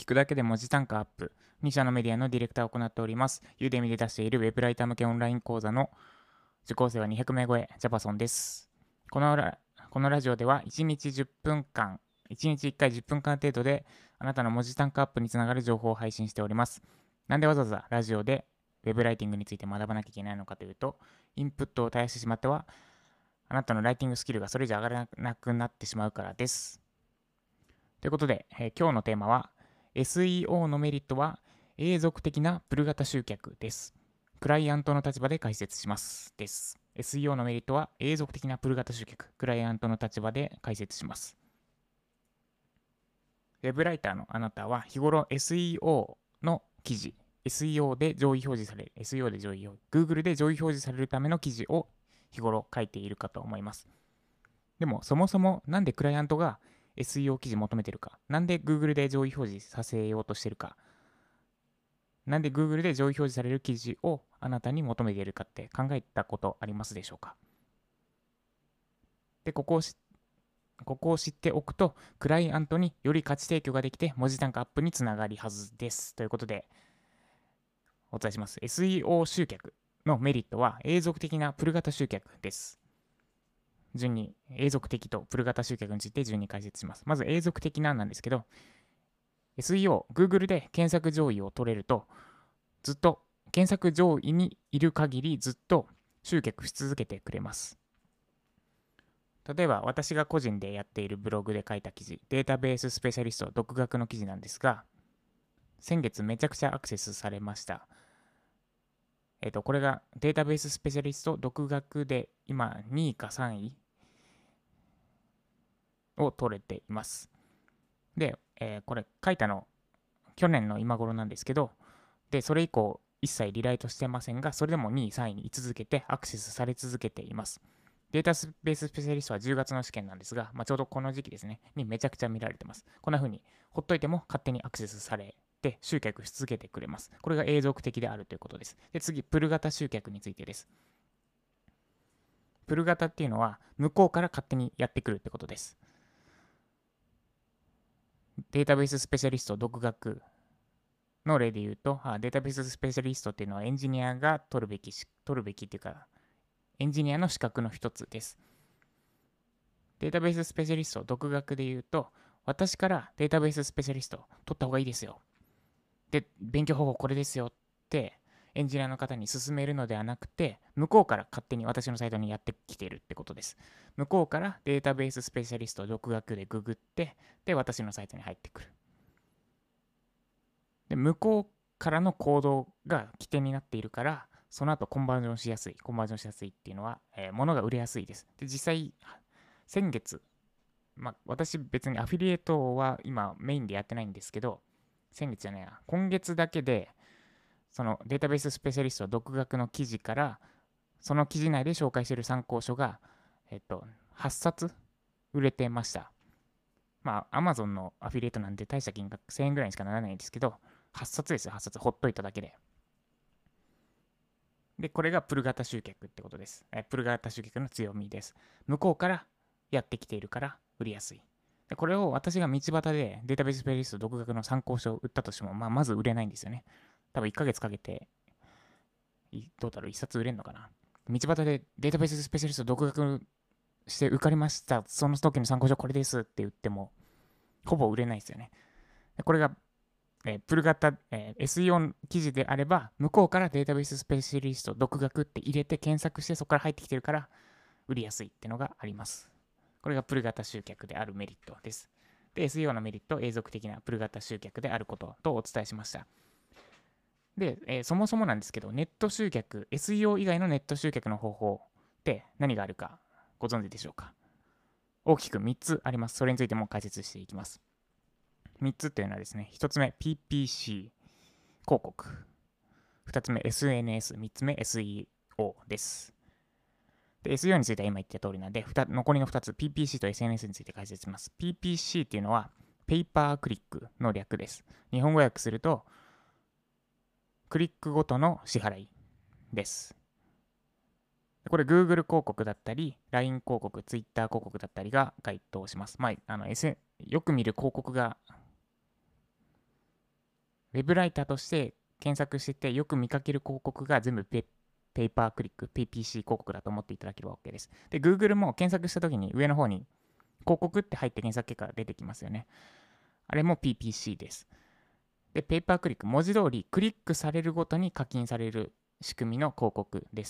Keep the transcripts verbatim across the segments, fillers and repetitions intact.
聞くだけで文字単価アップ。に社のメディアのディレクターを行っております。ユーデミで出しているウェブライター向けオンライン講座の受講生はにひゃくめい超え、ジャパソンです。このラこのラジオではいちにちじゅっぷんかん、いちにちいっかいじゅっぷんかん程度であなたの文字単価アップにつながる情報を配信しております。なんでわざわざラジオでウェブライティングについて学ばなきゃいけないのかというと、インプットを絶やしてしまっては、あなたのライティングスキルがそれ以上上がらなくなってしまうからです。ということで、えー今日のテーマは エスイーオー のメリットは永続的なプル型集客です。クライアントの立場で解説しますです。エスイーオー のメリットは永続的なプル型集客。クライアントの立場で解説します。ウェブライターのあなたは日頃 エスイーオー の記事、エスイーオー で上位表示される、エスイーオー で上位表示、Google で上位表示されるための記事を日頃書いているかと思います。でもそもそもなんでクライアントが エスイーオー 記事求めてるか、なんで Google で上位表示させようとしてるか、なんで Google で上位表示される記事をあなたに求めているかって考えたことありますでしょうか。で、ここをしここを知っておくと、クライアントにより価値提供ができて、文字単価アップにつながるはずです。ということで、お伝えします。エスイーオー 集客のメリットは永続的なプル型集客です。順に永続的とプル型集客について順に解説します。まず永続的ななんですけど、エスイーオー、Google で検索上位を取れると、ずっと検索上位にいる限りずっと集客し続けてくれます。例えば私が個人でやっているブログで書いた記事、データベーススペシャリスト独学の記事なんですが、先月めちゃくちゃアクセスされました。えっと、これがデータベーススペシャリスト独学で今にいかさんいを取れています。で、えーこれ書いたの去年の今頃なんですけど、で、それ以降一切リライトしてませんが、それでもにい、さんいに居続けてアクセスされ続けています。データベーススペシャリストはじゅうがつの試験なんですが、まあ、ちょうどこの時期ですね、にめちゃくちゃ見られてます。こんな風にほっといても勝手にアクセスされて集客し続けてくれます。これが永続的であるということです。で、次、プル型集客についてです。プル型っていうのは向こうから勝手にやってくるってことです。データベーススペシャリスト独学の例で言うと、データベーススペシャリストっていうのはエンジニアが取るべき、取るべきっていうか、エンジニアの資格の一つです。データベーススペシャリスト独学で言うと、私からデータベーススペシャリスト取った方がいいですよ。で、勉強方法これですよってエンジニアの方に勧めるのではなくて、向こうから勝手に私のサイトにやってきてるってことです。向こうからデータベーススペシャリスト独学でググって、で、私のサイトに入ってくる。で、向こうからの行動が起点になっているから、その後コンバージョンしやすい、コンバージョンしやすいっていうのは、えー物が売れやすいです。で、実際、先月、まあ、私別にアフィリエイトは今メインでやってないんですけど、先月じゃないな、今月だけで、そのデータベーススペシャリスト独学の記事から、その記事内で紹介している参考書が、えっと、はっさつ売れてました。まあ、Amazon のアフィリエイトなんで大した金額せんえんぐらいにしかならないんですけど、はっさつですよ、はっさつ。ほっといただけで。で、これがプル型集客ってことです。えプル型集客の強みです。向こうからやってきているから売りやすい。でこれを私が道端でデータベーススペシャリスト独学の参考書を売ったとしても、まあ、まず売れないんですよね。多分いっかげつかけて、どうだろう、いっさつ売れるのかな。道端でデータベーススペシャリスト独学して受かりました。その時の参考書これですって言っても、ほぼ売れないですよね。これがえープル型、えー エスイーオー 記事であれば、向こうからデータベーススペシャリスト、独学って入れて検索して、そこから入ってきてるから、売りやすいっていうのがあります。これがプル型集客であるメリットです。で、エスイーオー のメリット、永続的なプル型集客であることとお伝えしました。で、えーそもそもなんですけど、ネット集客、エスイーオー 以外のネット集客の方法って何があるかご存知でしょうか。大きくみっつあります。それについても解説していきます。みっつというのはですね、ひとつめ ピーピーシー 広告、ふたつめ エスエヌエス、みっつめ エスイーオー です。で エスイーオー については今言った通りなんで、残りのふたつ、ピーピーシー と エスエヌエス について解説します。ピーピーシー っていうのは、ペーパークリックの略です。日本語訳すると、クリックごとの支払いです。これ Google 広告だったり、ライン 広告、Twitter 広告だったりが該当します。まあ、あの、S、よく見る広告がウェブライターとして検索しててよく見かける広告が全部ペペーパークリック、ピーピーシー 広告だと思っていただければ OK です。で、Google も検索したときに上の方に広告って入って検索結果が出てきますよね。あれも ピーピーシー です。で、ペーパークリック、文字通りクリックされるごとに課金される仕組みの広告です。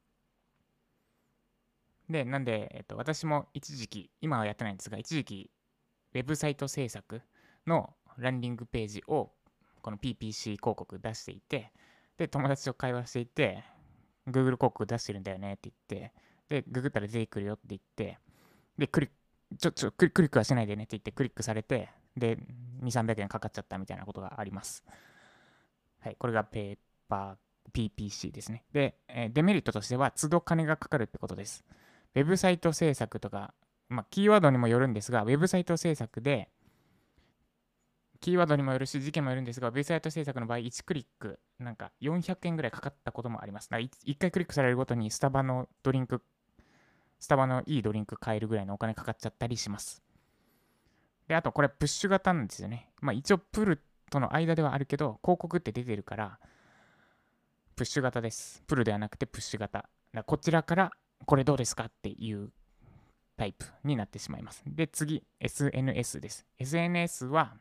で、なんで、えっと、私も一時期、今はやってないんですが、一時期、ウェブサイト制作のランディングページをこの ピーピーシー 広告出していて、で、友達と会話していて、Google 広告出してるんだよねって言って、で、ググったら出てくるよって言って、で、クリック、ちょ、ちょ、クリックはしないでねって言ってクリックされて、で、に、さんびゃくえんかかっちゃったみたいなことがあります。はい、これがペーパー、ピーピーシー ですね。で、えーデメリットとしては、都度金がかかるってことです。ウェブサイト制作とか、まあ、キーワードにもよるんですが、ウェブサイト制作で、キーワードにもよるし、事件もよるんですが、ウェブサイト制作の場合、いちクリック、なんかよんひゃくえんぐらいかかったこともあります。いっかいクリックされるごとに、スタバのドリンク、スタバのいいドリンク買えるぐらいのお金かかっちゃったりします。で、あと、これプッシュ型なんですよね。まあ、一応、プルとの間ではあるけど、広告って出てるから、プッシュ型です。プルではなくてプッシュ型。だこちらから、これどうですかっていうタイプになってしまいます。で、次、エスエヌエス です。エスエヌエス は、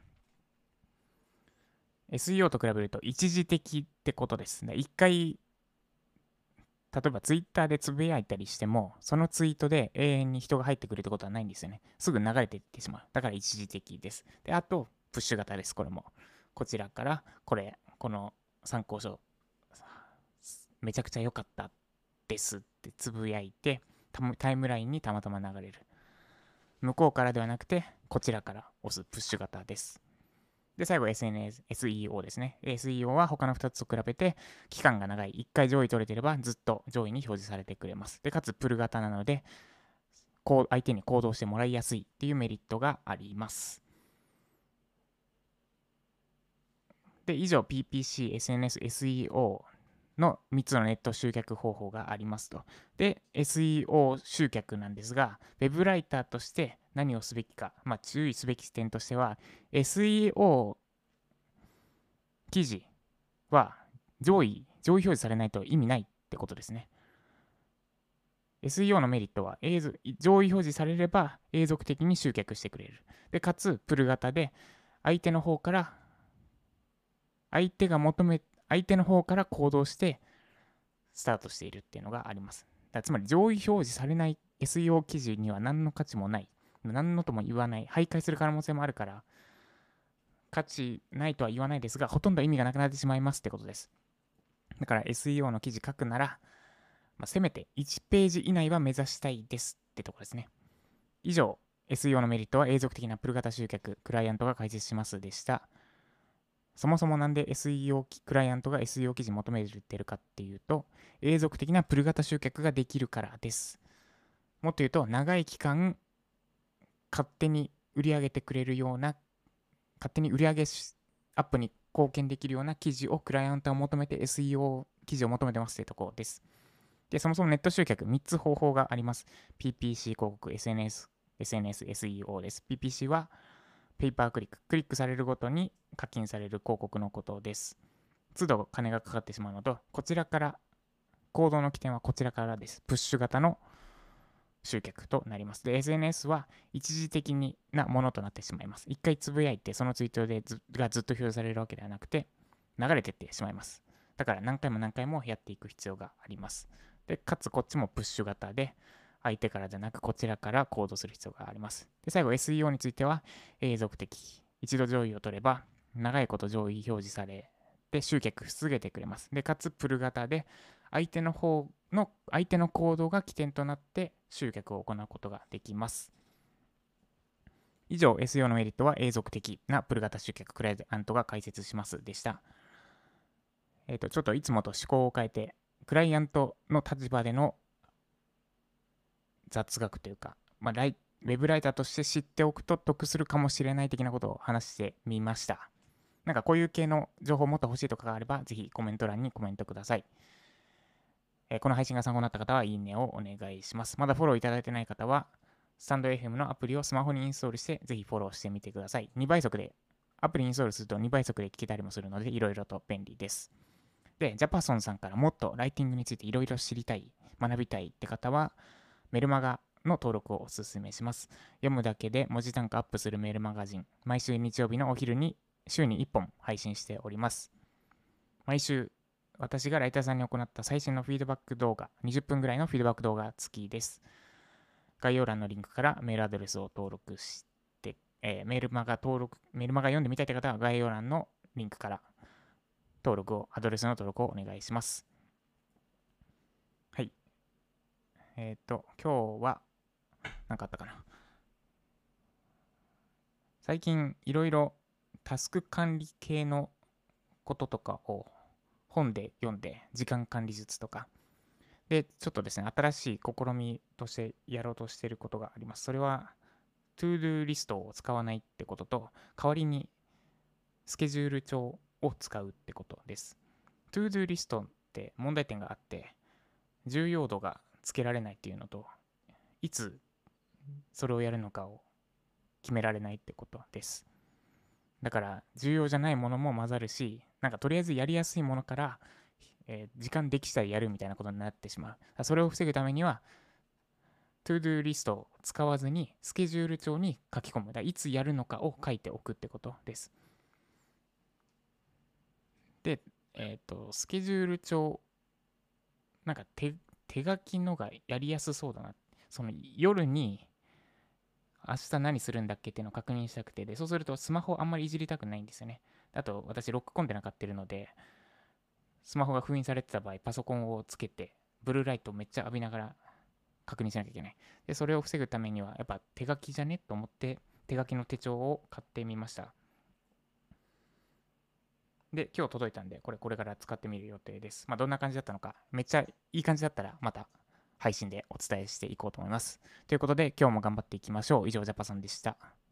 エスイーオー と比べると一時的ってことです。一回、例えばツイッターでつぶやいたりしても、そのツイートで永遠に人が入ってくるってことはないんですよね。すぐ流れていってしまう。だから一時的です。で、あと、プッシュ型です。これも。こちらから、これ、この参考書、めちゃくちゃ良かったですってつぶやいて、タイムラインにたまたま流れる。向こうからではなくて、こちらから押すプッシュ型です。で、最後 エスエヌエス、エスイーオー ですね。エスイーオー は他のふたつと比べて期間が長い。いっかい上位取れてればずっと上位に表示されてくれます。で、かつプル型なので、こう相手に行動してもらいやすいっていうメリットがあります。で、以上 ピーピーシー、エスエヌエス、エスイーオー のみっつのネット集客方法がありますと。で、エスイーオー 集客なんですが、ウェブライターとして何をすべきか、まあ、注意すべき点としては、エスイーオー 記事は上位、上位表示されないと意味ないってことですね。エスイーオー のメリットは上位表示されれば永続的に集客してくれる。で、かつ、プル型で相手の方から、相手が求め、相手の方から行動してスタートしているっていうのがあります。だつまり上位表示されない エスイーオー 記事には何の価値もない。何のとも言わない。徘徊する可能性もあるから、価値ないとは言わないですが、ほとんど意味がなくなってしまいますってことです。だから エスイーオー の記事書くなら、まあ、せめていちページ以内は目指したいですってところですね。以上、エスイーオー のメリットは永続的なプル型集客、クライアントが解説しますでした。そもそもなんで エスイーオー クライアントが エスイーオー 記事求めてるかっていうと、永続的なプル型集客ができるからです。もっと言うと、長い期間、勝手に売り上げてくれるような、勝手に売り上げアップに貢献できるような記事をクライアントを求めて エスイーオー 記事を求めてますというところです。で、そもそもネット集客みっつ方法があります。ピーピーシー 広告、エスエヌエス、エスエヌエス、エスイーオー です。ピーピーシー はペーパークリック。クリックされるごとに課金される広告のことです。都度金がかかってしまうのと、こちらから、行動の起点はこちらからです。プッシュ型の集客となります。で、エスエヌエス は一時的なものとなってしまいます。一回つぶやいて、そのツイートでずがずっと表示されるわけではなくて、流れていってしまいます。だから何回も何回もやっていく必要があります。で、かつこっちもプッシュ型で、相手からじゃなくこちらから行動する必要があります。で、最後 エスイーオー については永続的。一度上位を取れば、長いこと上位表示されて集客し続けてくれます。で、かつプル型で、相手の方の、相手の行動が起点となって集客を行うことができます。以上、エスイーオー のメリットは永続的なプル型集客クライアントが解説しますでした。えっと、ちょっといつもと思考を変えて、クライアントの立場での雑学というか、まあ、ライウェブライターとして知っておくと得するかもしれない的なことを話してみました。なんかこういう系の情報をもっと欲しいとかがあれば、ぜひコメント欄にコメントください。えーこの配信が参考になった方は、いいねをお願いします。まだフォローいただいてない方は、スタンド エフエム のアプリをスマホにインストールして、ぜひフォローしてみてください。にばい速でアプリインストールするとにばい速で聞けたりもするので、いろいろと便利です。で、ジャパソンさんからもっとライティングについていろいろ知りたい、学びたいって方は、メルマガの登録をお勧めします。読むだけで文字単価アップするメールマガジン、毎週日曜日のお昼に週にいっぽん配信しております。毎週、私がライターさんに行った最新のフィードバック動画、にじゅっぷんぐらいのフィードバック動画付きです。概要欄のリンクからメールアドレスを登録して、えー、メールマガ登録、メールマガ読んでみたいという方は概要欄のリンクから登録を、アドレスの登録をお願いします。はい。えっ、ー、と、今日は、何かあったかな。最近、いろいろタスク管理系のこととかを本で読んで、時間管理術とか、で、ちょっとですね、新しい試みとしてやろうとしていることがあります。それは、トゥードゥーリストを使わないってことと、代わりにスケジュール帳を使うってことです。トゥードゥーリストって問題点があって、重要度がつけられないっていうのと、いつそれをやるのかを決められないってことです。だから、重要じゃないものも混ざるし、なんかとりあえずやりやすいものから、えー、時間できたらやるみたいなことになってしまう。それを防ぐためには、トゥードゥーリストを使わずにスケジュール帳に書き込む。だいつやるのかを書いておくってことです。で、えっ、ー、と、スケジュール帳、なんか手手書きのがやりやすそうだな。その夜に明日何するんだっけっていうのを確認したくて、で、そうするとスマホあんまりいじりたくないんですよね。あと、私、ロックコンテナ買ってるので、スマホが封印されてた場合、パソコンをつけて、ブルーライトをめっちゃ浴びながら確認しなきゃいけない。で、それを防ぐためには、やっぱ手書きじゃねと思って、手書きの手帳を買ってみました。で、今日届いたんで、これ、これから使ってみる予定です。まあ、どんな感じだったのか、めっちゃいい感じだったら、また配信でお伝えしていこうと思います。ということで、今日も頑張っていきましょう。以上、ジャパさんでした。